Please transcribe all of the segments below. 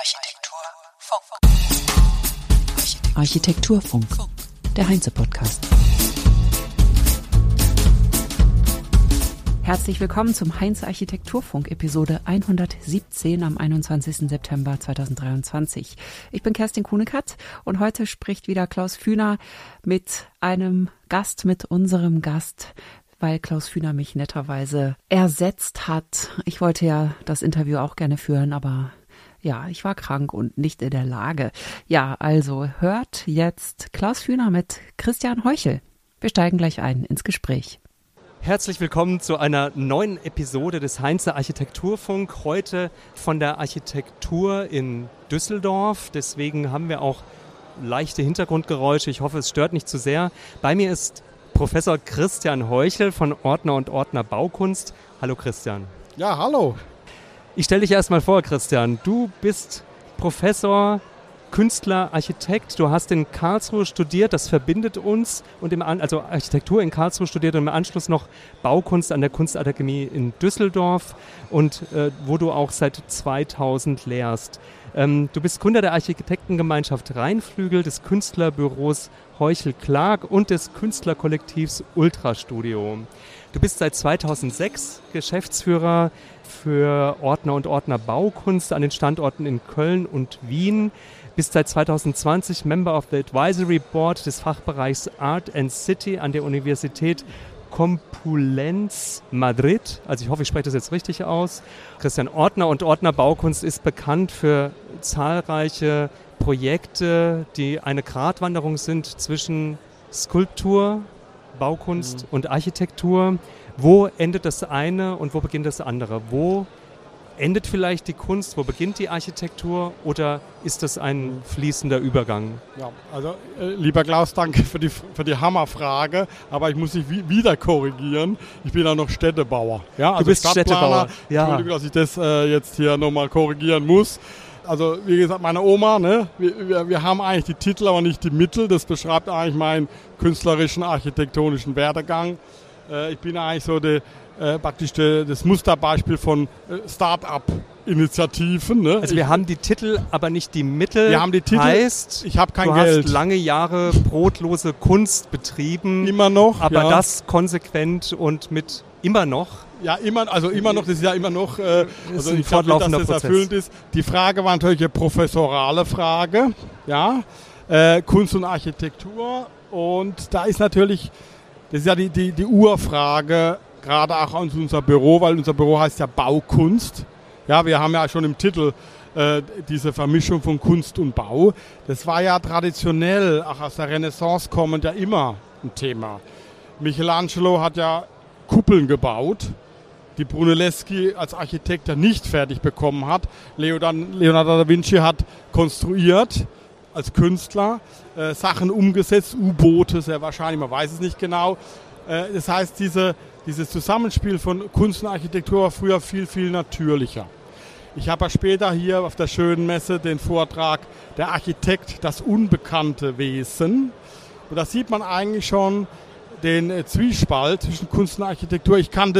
Architekturfunk, der Heinze-Podcast. Herzlich willkommen zum Heinze Architekturfunk, Episode 117 am 21. September 2023. Ich bin Kerstin Kuhnekatz und heute spricht wieder Klaus Fühner mit unserem Gast, weil Klaus Fühner mich netterweise ersetzt hat. Ich wollte ja das Interview auch gerne führen, aber ja, ich war krank und nicht in der Lage. Ja, also hört jetzt Klaus Fühner mit Christian Heuchel. Wir steigen gleich ein ins Gespräch. Herzlich willkommen zu einer neuen Episode des Heinze Architekturfunk. Heute von der Architektur in Düsseldorf. Deswegen haben wir auch leichte Hintergrundgeräusche. Ich hoffe, es stört nicht zu sehr. Bei mir ist Professor Christian Heuchel von Ortner und Ortner Baukunst. Hallo Christian. Ja, hallo. Ich stelle dich erstmal vor, Christian. Du bist Professor, Künstler, Architekt. Du hast in Karlsruhe studiert, das verbindet uns. Also Architektur in Karlsruhe studiert und im Anschluss noch Baukunst an der Kunstakademie in Düsseldorf und wo du auch seit 2000 lehrst. Du bist Gründer der Architektengemeinschaft Rheinflügel, des Künstlerbüros Heuchel Clark und des Künstlerkollektivs Ultrastudio. Du bist seit 2006 Geschäftsführer für Ortner und Ortner Baukunst an den Standorten in Köln und Wien. Bist seit 2020 Member of the Advisory Board des Fachbereichs Art and City an der Universität Complutense Madrid. Also ich hoffe, ich spreche das jetzt richtig aus. Christian, Ortner und Ortner Baukunst ist bekannt für zahlreiche Projekte, die eine Gratwanderung sind zwischen Skulptur, Baukunst und Architektur. Wo endet das eine und wo beginnt das andere? Wo endet vielleicht die Kunst, wo beginnt die Architektur oder ist das ein fließender Übergang? Ja, also lieber Klaus, danke für die Hammerfrage, aber ich muss dich wieder korrigieren. Ich bin ja noch Städtebauer. Ja, also du bist Städtebauer. Ja. Entschuldigung, dass ich das jetzt hier nochmal korrigieren muss. Also wie gesagt, meine Oma, ne, wir haben eigentlich die Titel, aber nicht die Mittel. Das beschreibt eigentlich meinen künstlerischen, architektonischen Werdegang. Ich bin eigentlich so das Musterbeispiel von Start-up-Initiativen. Ne? Also wir haben die Titel, aber nicht die Mittel. Wir haben die Titel, heißt, ich habe kein du Geld. Du hast lange Jahre brotlose Kunst betrieben. Immer noch. Aber ja. das konsequent und mit immer noch. Ja, immer noch, das ist ja immer noch, also ein fortlaufender dass das Prozess. Erfüllend ist. Die Frage war natürlich eine professorale Frage, ja, Kunst und Architektur und da ist natürlich, das ist ja die Urfrage, gerade auch an unser Büro, weil unser Büro heißt ja Baukunst. Ja, wir haben ja schon im Titel diese Vermischung von Kunst und Bau. Das war ja traditionell, auch aus der Renaissance kommend, ja immer ein Thema. Michelangelo hat ja Kuppeln gebaut, die Brunelleschi als Architekt ja nicht fertig bekommen hat. Leonardo da Vinci hat konstruiert als Künstler, Sachen umgesetzt, U-Boote sehr wahrscheinlich, man weiß es nicht genau. Das heißt, dieses Zusammenspiel von Kunst und Architektur war früher viel, viel natürlicher. Ich habe ja später hier auf der schönen Messe den Vortrag Der Architekt, das unbekannte Wesen. Und da sieht man eigentlich schon den Zwiespalt zwischen Kunst und Architektur.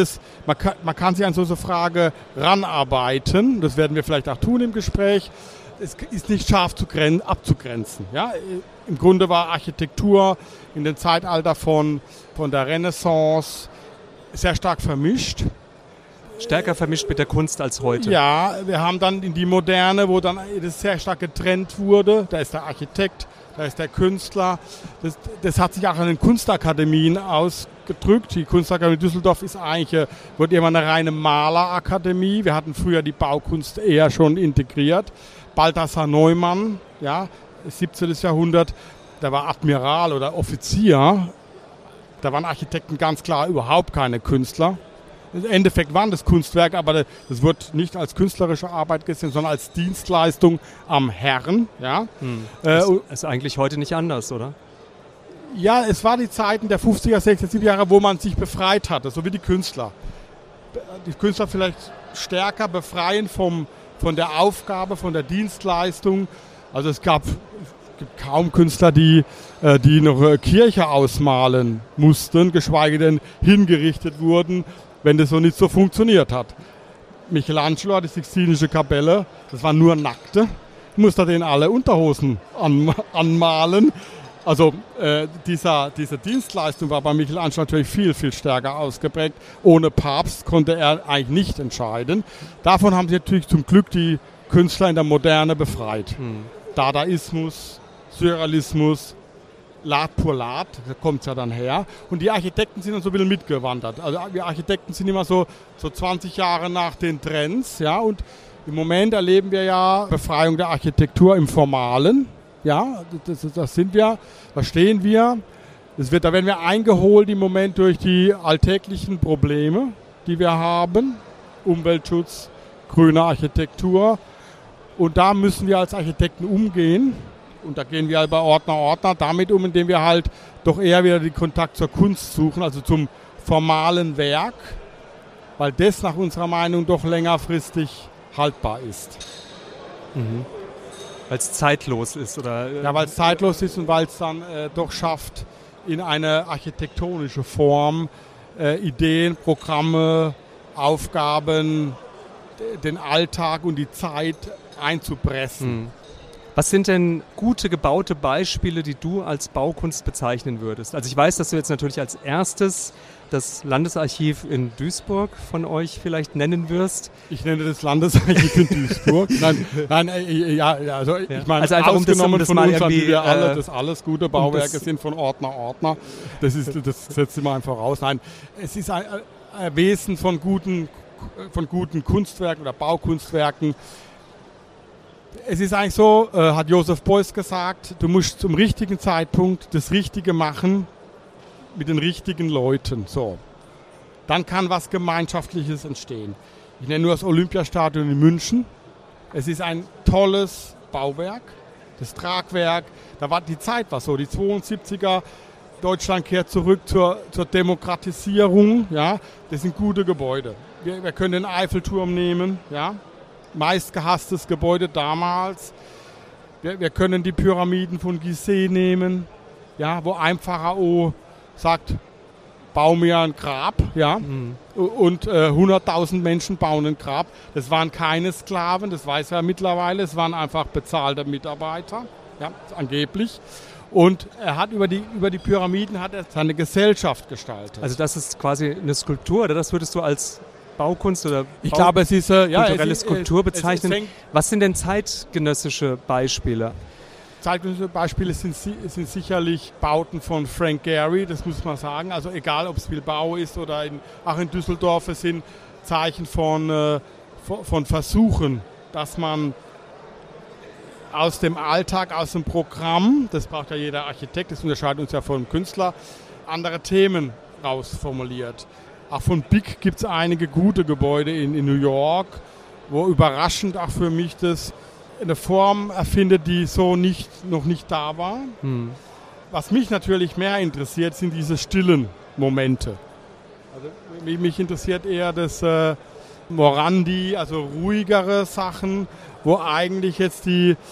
Man kann sich an so eine Frage ranarbeiten, das werden wir vielleicht auch tun im Gespräch. Es ist nicht scharf abzugrenzen. Ja? Im Grunde war Architektur in dem Zeitalter von der Renaissance sehr stark vermischt. Stärker vermischt mit der Kunst als heute. Ja, wir haben dann in die Moderne, wo dann das sehr stark getrennt wurde. Da ist der Architekt, da ist der Künstler. Das hat sich auch an den Kunstakademien ausgedrückt. Die Kunstakademie Düsseldorf wurde immer eine reine Malerakademie. Wir hatten früher die Baukunst eher schon integriert. Balthasar Neumann, ja, 17. Jahrhundert, der war Admiral oder Offizier. Da waren Architekten ganz klar überhaupt keine Künstler. Im Endeffekt waren das Kunstwerke, aber das wird nicht als künstlerische Arbeit gesehen, sondern als Dienstleistung am Herrn. Ja. Das ist eigentlich heute nicht anders, oder? Ja, es war die Zeiten der 50er, 60er, 70er Jahre, wo man sich befreit hatte, so wie die Künstler. Die Künstler vielleicht stärker befreien von der Aufgabe, von der Dienstleistung. Also es gibt kaum Künstler, die noch Kirche ausmalen mussten, geschweige denn hingerichtet wurden, wenn das so nicht so funktioniert hat. Michelangelo hat die Sixtinische Kapelle, das waren nur Nackte. muss er denen alle Unterhosen anmalen. Also diese Dienstleistung war bei Michelangelo natürlich viel, viel stärker ausgeprägt. Ohne Papst konnte er eigentlich nicht entscheiden. Davon haben sich natürlich zum Glück die Künstler in der Moderne befreit. Dadaismus, Surrealismus, L'art pour l'art, da kommt es ja dann her. Und die Architekten sind dann so ein bisschen mitgewandert. Also wir Architekten sind immer so 20 Jahre nach den Trends. Ja? Und im Moment erleben wir ja Befreiung der Architektur im Formalen. Ja, das sind wir, da stehen wir. Da werden wir eingeholt im Moment durch die alltäglichen Probleme, die wir haben. Umweltschutz, grüne Architektur. Und da müssen wir als Architekten umgehen. Und da gehen wir halt bei Ordner damit um, indem wir halt doch eher wieder den Kontakt zur Kunst suchen, also zum formalen Werk, weil das nach unserer Meinung doch längerfristig haltbar ist. Mhm. Weil es zeitlos ist, oder? Ja, weil es zeitlos ist und weil es dann doch schafft, in eine architektonische Form Ideen, Programme, Aufgaben, den Alltag und die Zeit einzupressen. Was sind denn gute gebaute Beispiele, die du als Baukunst bezeichnen würdest? Also ich weiß, dass du jetzt natürlich als erstes das Landesarchiv in Duisburg von euch vielleicht nennen wirst. Ich nenne das Landesarchiv in Duisburg. Nein, also ich meine, also einfach ausgenommen das von mal uns, irgendwie, wir alle, das alles gute Bauwerke sind von Ordner. Das setzt immer einfach raus. Nein, es ist ein Wesen von guten Kunstwerken oder Baukunstwerken. Es ist eigentlich so, hat Joseph Beuys gesagt, du musst zum richtigen Zeitpunkt das Richtige machen mit den richtigen Leuten. So. Dann kann was Gemeinschaftliches entstehen. Ich nenne nur das Olympiastadion in München. Es ist ein tolles Bauwerk, das Tragwerk. Die Zeit war so, die 72er, Deutschland kehrt zurück zur Demokratisierung. Ja. Das sind gute Gebäude. Wir können den Eiffelturm nehmen, ja. Meistgehasstes Gebäude damals. Wir können die Pyramiden von Gizeh nehmen, ja, wo ein Pharao sagt, bau mir ein Grab, ja, und 100.000 Menschen bauen ein Grab. Das waren keine Sklaven, das weiß er mittlerweile, es waren einfach bezahlte Mitarbeiter, ja, angeblich. Und er hat über die Pyramiden hat er seine Gesellschaft gestaltet. Also das ist quasi eine Skulptur, oder das würdest du als Baukunst oder ich glaube, es ist kulturelle Skulptur bezeichnen. Was sind denn zeitgenössische Beispiele? Zeitgenössische Beispiele sind sicherlich Bauten von Frank Gehry, das muss man sagen. Also egal, ob es Bilbao ist oder auch in Düsseldorf, es sind Zeichen von Versuchen, dass man aus dem Alltag, aus dem Programm, das braucht ja jeder Architekt, das unterscheidet uns ja vom Künstler, andere Themen rausformuliert. Auch von BIC gibt es einige gute Gebäude in New York, wo überraschend auch für mich das eine Form erfindet, die so noch nicht da war. Was mich natürlich mehr interessiert, sind diese stillen Momente. Also mich interessiert eher das Morandi, also ruhigere Sachen, wo eigentlich jetzt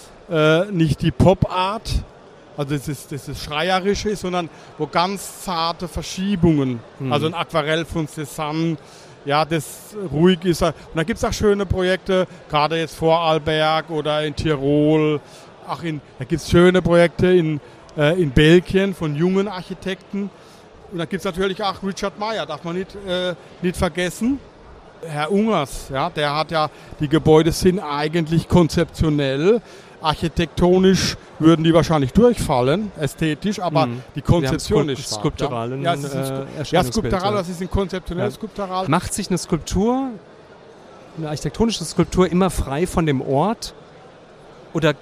nicht die Pop-Art, also das Schreierische ist, sondern wo ganz zarte Verschiebungen, also ein Aquarell von Cézanne, ja, das ruhig ist. Und dann gibt es auch schöne Projekte, gerade jetzt Vorarlberg oder in Tirol. Da gibt es schöne Projekte in Belgien von jungen Architekten. Und dann gibt es natürlich auch Richard Meyer, darf man nicht vergessen. Herr Ungers, ja, der hat ja, die Gebäude sind eigentlich konzeptionell. Architektonisch würden die wahrscheinlich durchfallen, ästhetisch, aber die Konzeption ist stark. Skulptural. Ja, skulptural, das ist konzeptionell skulptural. Macht sich eine Skulptur, eine architektonische Skulptur immer frei von dem Ort oder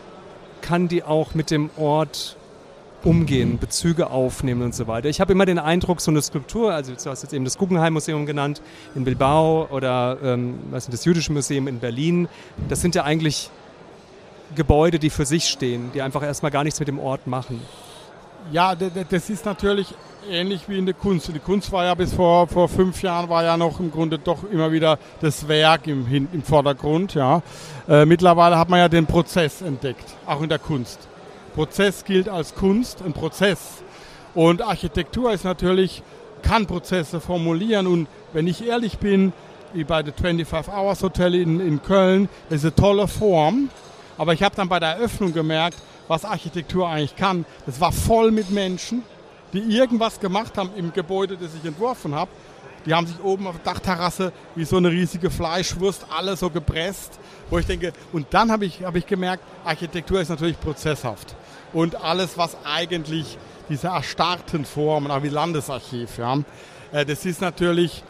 kann die auch mit dem Ort umgehen, Bezüge aufnehmen und so weiter? Ich habe immer den Eindruck, so eine Skulptur, also du hast jetzt eben das Guggenheim-Museum genannt in Bilbao oder das Jüdische Museum in Berlin, das sind ja eigentlich Gebäude, die für sich stehen, die einfach erstmal gar nichts mit dem Ort machen. Ja, das ist natürlich ähnlich wie in der Kunst. Die Kunst war ja bis vor 5 Jahren war ja noch im Grunde doch immer wieder das Werk im Vordergrund. Ja. Mittlerweile hat man ja den Prozess entdeckt, auch in der Kunst. Prozess gilt als Kunst, ein Prozess. Und Architektur kann Prozesse formulieren. Und wenn ich ehrlich bin, wie bei der 25 Hours Hotel in Köln, ist eine tolle Form, Aber ich habe dann bei der Eröffnung gemerkt, was Architektur eigentlich kann. Das war voll mit Menschen, die irgendwas gemacht haben im Gebäude, das ich entworfen habe. Die haben sich oben auf der Dachterrasse wie so eine riesige Fleischwurst alle so gepresst, wo ich denke, und dann habe ich gemerkt, Architektur ist natürlich prozesshaft. Und alles, was eigentlich diese erstarrten Formen, auch wie Landesarchiv, ja, das ist natürlich,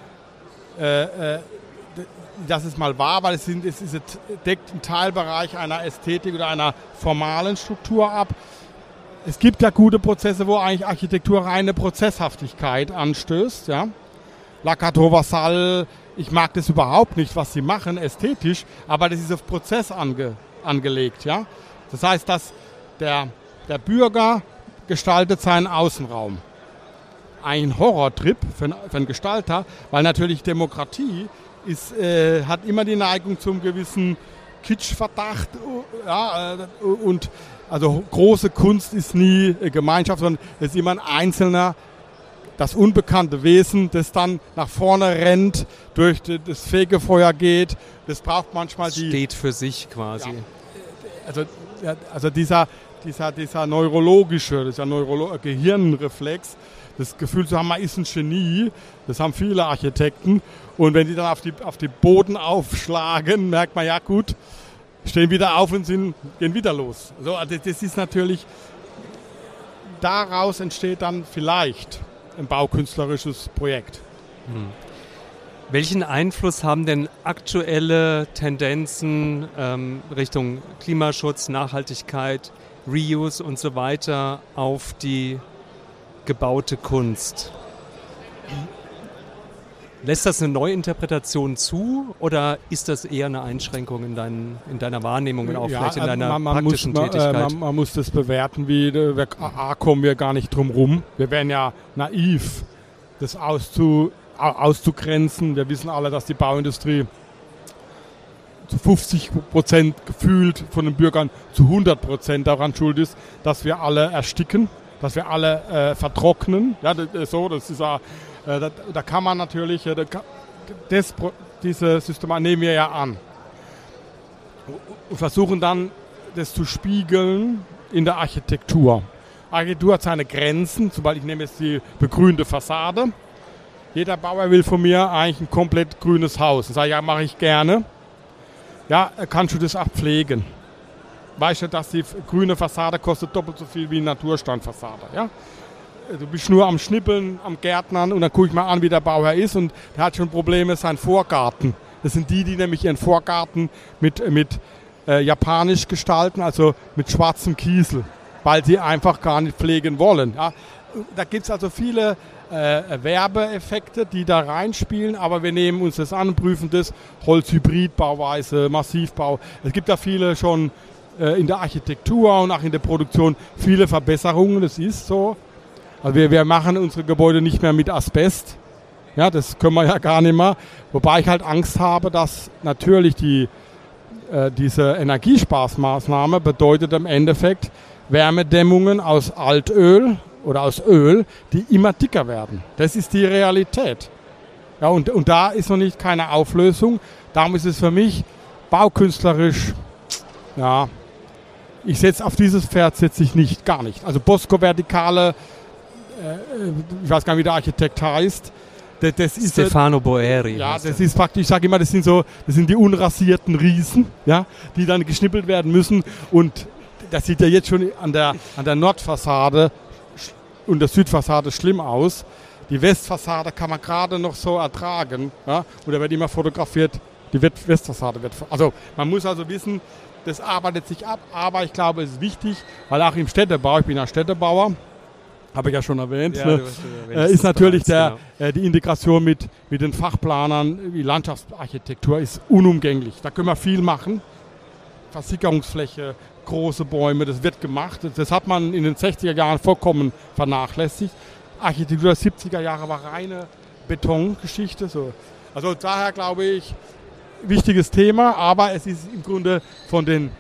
das ist mal wahr, weil es deckt einen Teilbereich einer Ästhetik oder einer formalen Struktur ab. Es gibt ja gute Prozesse, wo eigentlich Architektur reine Prozesshaftigkeit anstößt, ja. La Vassal, ich mag das überhaupt nicht, was sie machen, ästhetisch, aber das ist auf Prozess angelegt, ja. Das heißt, dass der Bürger gestaltet seinen Außenraum. Ein Horrortrip für einen Gestalter, weil natürlich Demokratie hat immer die Neigung zum gewissen Kitschverdacht, ja, und also große Kunst ist nie Gemeinschaft, sondern es ist immer ein einzelner, das unbekannte Wesen, das dann nach vorne rennt, durch das Fegefeuer geht. Das braucht manchmal steht für sich quasi. Ja, also dieser neurologische, Gehirnreflex, das Gefühl zu haben, man ist ein Genie, das haben viele Architekten. Und wenn die dann auf die Boden aufschlagen, merkt man, ja gut, stehen wieder auf und gehen wieder los. Also das ist natürlich, daraus entsteht dann vielleicht ein baukünstlerisches Projekt. Welchen Einfluss haben denn aktuelle Tendenzen Richtung Klimaschutz, Nachhaltigkeit, Reuse und so weiter auf die gebaute Kunst? Lässt das eine Neuinterpretation zu oder ist das eher eine Einschränkung in deiner Wahrnehmung und auch vielleicht in deiner praktischen Tätigkeit? Man muss das bewerten, kommen wir gar nicht drum rum. Wir wären ja naiv, das auszugrenzen. Wir wissen alle, dass die Bauindustrie zu 50% gefühlt von den Bürgern zu 100% daran schuld ist, dass wir alle ersticken, dass wir alle vertrocknen. Ja, das ist da kann man natürlich, diese Systematik nehmen wir ja an und versuchen dann, das zu spiegeln in der Architektur. Architektur hat seine Grenzen, zum Beispiel ich nehme jetzt die begrünte Fassade. Jeder Bauer will von mir eigentlich ein komplett grünes Haus. Ich sage, ja, mache ich gerne. Ja, kannst du das auch pflegen? Weißt du, dass die grüne Fassade kostet doppelt so viel wie eine Naturstandfassade, ja? Du bist nur am Schnippeln, am Gärtnern und dann gucke ich mal an, wie der Bauherr ist und der hat schon Probleme, sein Vorgarten. Das sind die nämlich ihren Vorgarten mit japanisch gestalten, also mit schwarzem Kiesel, weil sie einfach gar nicht pflegen wollen. Ja. Da gibt es also viele Werbeeffekte, die da reinspielen, aber wir nehmen uns das an und prüfen das, Holzhybridbauweise, Massivbau. Es gibt da viele schon in der Architektur und auch in der Produktion viele Verbesserungen, das ist so. Also wir machen unsere Gebäude nicht mehr mit Asbest, ja, das können wir ja gar nicht mehr. Wobei ich halt Angst habe, dass natürlich diese Energiesparmaßnahme bedeutet im Endeffekt Wärmedämmungen aus Altöl oder aus Öl, die immer dicker werden. Das ist die Realität. Ja, und da ist noch nicht keine Auflösung. Darum ist es für mich baukünstlerisch, ja, auf dieses Pferd setze ich gar nicht. Also Bosco-Vertikale, ich weiß gar nicht, wie der Architekt heißt. Das ist Stefano Boeri. Ja, das ist praktisch, ich sage immer, das sind die unrasierten Riesen, ja, die dann geschnippelt werden müssen. Und das sieht ja jetzt schon an der Nordfassade und der Südfassade schlimm aus. Die Westfassade kann man gerade noch so ertragen. Ja, und da wird immer fotografiert, die Westfassade wird. Also man muss also wissen, das arbeitet sich ab, aber ich glaube, es ist wichtig, weil auch im Städtebau, ich bin ja Städtebauer, habe ich ja schon erwähnt, ja, ist natürlich die Integration mit den Fachplanern, die Landschaftsarchitektur ist unumgänglich. Da können wir viel machen. Versickerungsfläche, große Bäume, das wird gemacht. Das hat man in den 60er Jahren vollkommen vernachlässigt. Architektur der 70er Jahre war reine Betongeschichte. So. Also daher glaube ich, wichtiges Thema, aber es ist im Grunde von den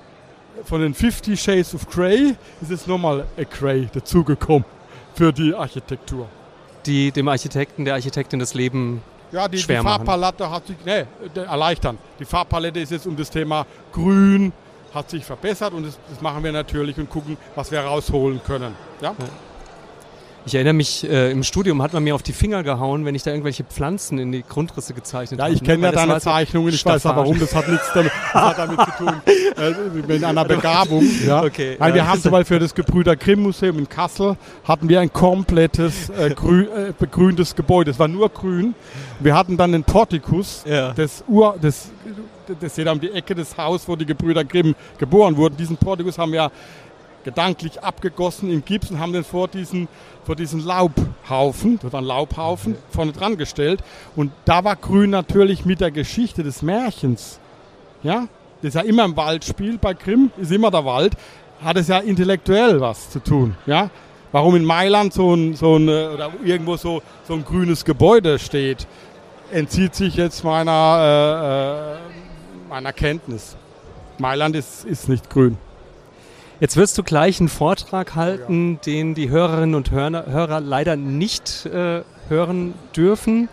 50 Shades of Grey ist es nochmal a Grey dazugekommen für die Architektur. Die dem Architekten, der Architektin das Leben die schwer Farbpalette hat sich erleichtern. Die Farbpalette ist jetzt um das Thema Grün, hat sich verbessert und das machen wir natürlich und gucken, was wir rausholen können. Ja? Ich erinnere mich, im Studium hat man mir auf die Finger gehauen, wenn ich da irgendwelche Pflanzen in die Grundrisse gezeichnet habe. Ja, ich kenne ja deine Zeichnungen, ich weiß aber warum, das hat nichts damit zu tun, mit einer Begabung. Ja. Okay, Nein, wir haben zum Beispiel für das Gebrüder Grimm Museum in Kassel, hatten wir ein komplettes begrüntes Gebäude, es war nur grün. Wir hatten dann den Portikus, das steht um die Ecke des Hauses, wo die Gebrüder Grimm geboren wurden. Diesen Portikus haben wir gedanklich abgegossen in Gips und haben den vor diesen Laubhaufen, das war ein Laubhaufen, vorne dran gestellt. Und da war Grün natürlich mit der Geschichte des Märchens. Ja? Das ja immer im Wald spielt bei Grimm, ist immer der Wald, hat es ja intellektuell was zu tun. Ja? Warum in Mailand oder irgendwo so ein grünes Gebäude steht, entzieht sich jetzt meiner Kenntnis. Mailand ist nicht grün. Jetzt wirst du gleich einen Vortrag halten, den die Hörerinnen und Hörer leider nicht hören dürfen.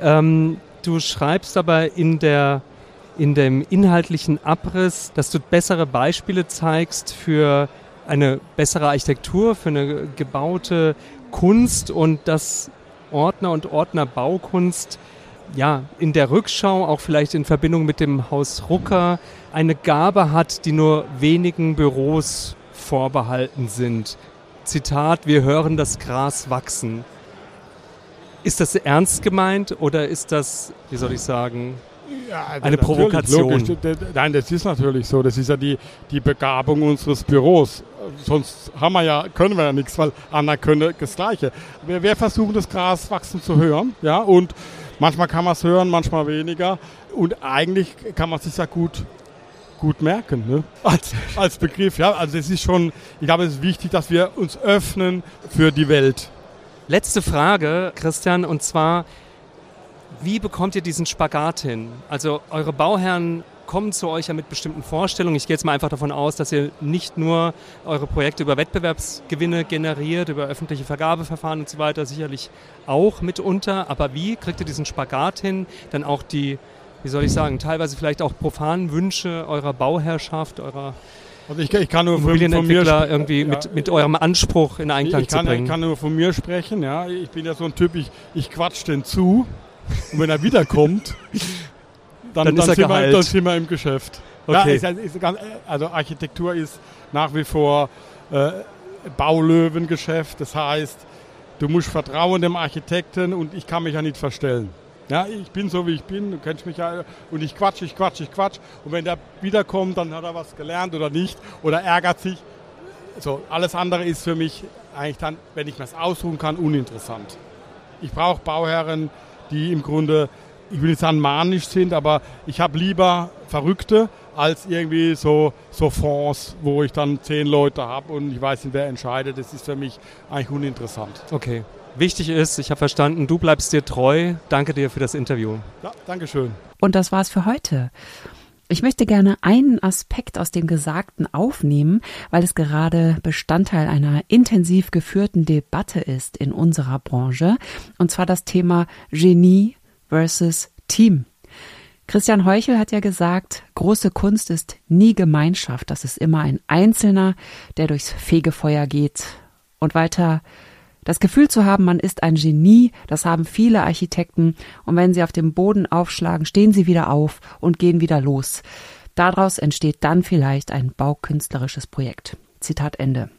Du schreibst aber in dem inhaltlichen Abriss, dass du bessere Beispiele zeigst für eine bessere Architektur, für eine gebaute Kunst und dass Ordner und Ordnerbaukunst in der Rückschau, auch vielleicht in Verbindung mit dem Haus Rucker, eine Gabe hat, die nur wenigen Büros vorbehalten sind. Zitat, wir hören das Gras wachsen. Ist das ernst gemeint oder ist das, wie soll ich sagen, eine Provokation? Nein, das ist natürlich so. Das ist ja die Begabung unseres Büros. Sonst können wir ja nichts, weil Anna könne das Gleiche. Wir versuchen, das Gras wachsen zu hören. Ja, und manchmal kann man es hören, manchmal weniger. Und eigentlich kann man es sich ja gut merken, ne? Als Begriff. Ja? Also es ist schon, ich glaube, es ist wichtig, dass wir uns öffnen für die Welt. Letzte Frage, Christian, und zwar, wie bekommt ihr diesen Spagat hin? Also eure Bauherren kommen zu euch ja mit bestimmten Vorstellungen. Ich gehe jetzt mal einfach davon aus, dass ihr nicht nur eure Projekte über Wettbewerbsgewinne generiert, über öffentliche Vergabeverfahren und so weiter, sicherlich auch mitunter. Aber wie kriegt ihr diesen Spagat hin, dann auch die, wie soll ich sagen, teilweise vielleicht auch profanen Wünsche eurer Bauherrschaft, eurer ich kann nur Immobilienentwickler irgendwie mit eurem Anspruch in Einklang zu bringen? Ich kann nur von mir sprechen. Ja. Ich bin ja so ein Typ, ich quatsch den zu und wenn er wiederkommt, dann sind wir im Geschäft. Okay. Ja, also Architektur ist nach wie vor Baulöwengeschäft. Das heißt, du musst vertrauen dem Architekten und ich kann mich ja nicht verstellen. Ja, ich bin so, wie ich bin, du kennst mich ja, und ich quatsch. Und wenn der wiederkommt, dann hat er was gelernt oder nicht oder ärgert sich. So, alles andere ist für mich eigentlich dann, wenn ich mir das ausruhen kann, uninteressant. Ich brauche Bauherren, die im Grunde, ich will nicht sagen manisch sind, aber ich habe lieber Verrückte als irgendwie so Fonds, wo ich dann 10 Leute habe und ich weiß nicht, wer entscheidet. Das ist für mich eigentlich uninteressant. Okay. Wichtig ist, ich habe verstanden, du bleibst dir treu. Danke dir für das Interview. Ja, danke schön. Und das war's für heute. Ich möchte gerne einen Aspekt aus dem Gesagten aufnehmen, weil es gerade Bestandteil einer intensiv geführten Debatte ist in unserer Branche, und zwar das Thema Genie versus Team. Christian Heuchel hat ja gesagt, große Kunst ist nie Gemeinschaft, das ist immer ein Einzelner, der durchs Fegefeuer geht. Und weiter: Das Gefühl zu haben, man ist ein Genie, das haben viele Architekten, und wenn sie auf dem Boden aufschlagen, stehen sie wieder auf und gehen wieder los. Daraus entsteht dann vielleicht ein baukünstlerisches Projekt. Zitat Ende.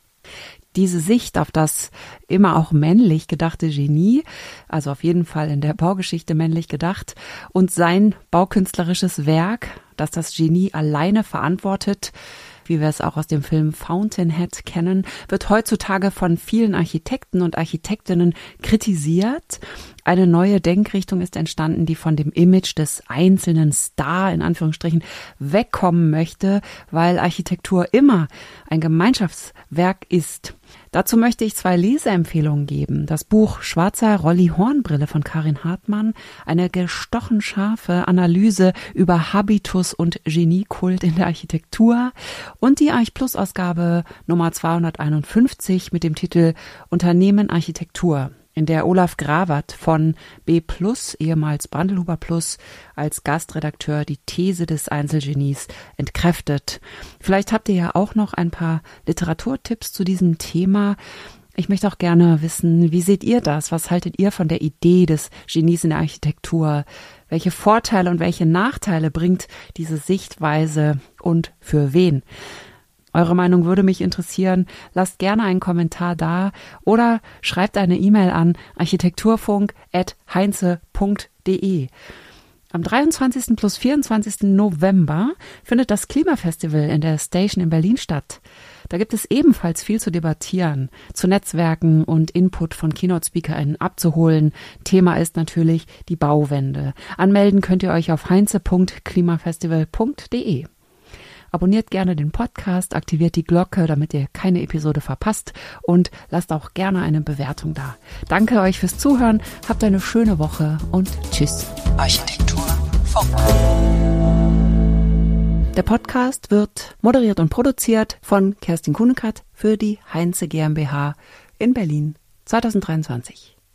Diese Sicht auf das immer auch männlich gedachte Genie, also auf jeden Fall in der Baugeschichte männlich gedacht, und sein baukünstlerisches Werk, das das Genie alleine verantwortet, wie wir es auch aus dem Film Fountainhead kennen, wird heutzutage von vielen Architekten und Architektinnen kritisiert. Eine neue Denkrichtung ist entstanden, die von dem Image des einzelnen Star in Anführungsstrichen wegkommen möchte, weil Architektur immer ein Gemeinschaftswerk ist. Dazu möchte ich 2 Leseempfehlungen geben. Das Buch Schwarzer Rolli-Hornbrille von Karin Hartmann, eine gestochen scharfe Analyse über Habitus und Geniekult in der Architektur, und die Arch-Plus-Ausgabe Nummer 251 mit dem Titel Unternehmen Architektur. in der Olaf Grawert von B+, ehemals Brandelhuber Plus, als Gastredakteur die These des Einzelgenies entkräftet. Vielleicht habt ihr ja auch noch ein paar Literaturtipps zu diesem Thema. Ich möchte auch gerne wissen, wie seht ihr das? Was haltet ihr von der Idee des Genies in der Architektur? Welche Vorteile und welche Nachteile bringt diese Sichtweise und für wen? Eure Meinung würde mich interessieren. Lasst gerne einen Kommentar da oder schreibt eine E-Mail an architekturfunk@heinze.de. Am 23. plus 24. November findet das Klimafestival in der Station in Berlin statt. Da gibt es ebenfalls viel zu debattieren, zu Netzwerken und Input von Keynote-SpeakerInnen abzuholen. Thema ist natürlich die Bauwende. Anmelden könnt ihr euch auf heinze.klimafestival.de. Abonniert gerne den Podcast, aktiviert die Glocke, damit ihr keine Episode verpasst und lasst auch gerne eine Bewertung da. Danke euch fürs Zuhören, habt eine schöne Woche und tschüss. Architekturfunk. Der Podcast wird moderiert und produziert von Kerstin Kuhnekatz für die Heinze GmbH in Berlin 2023.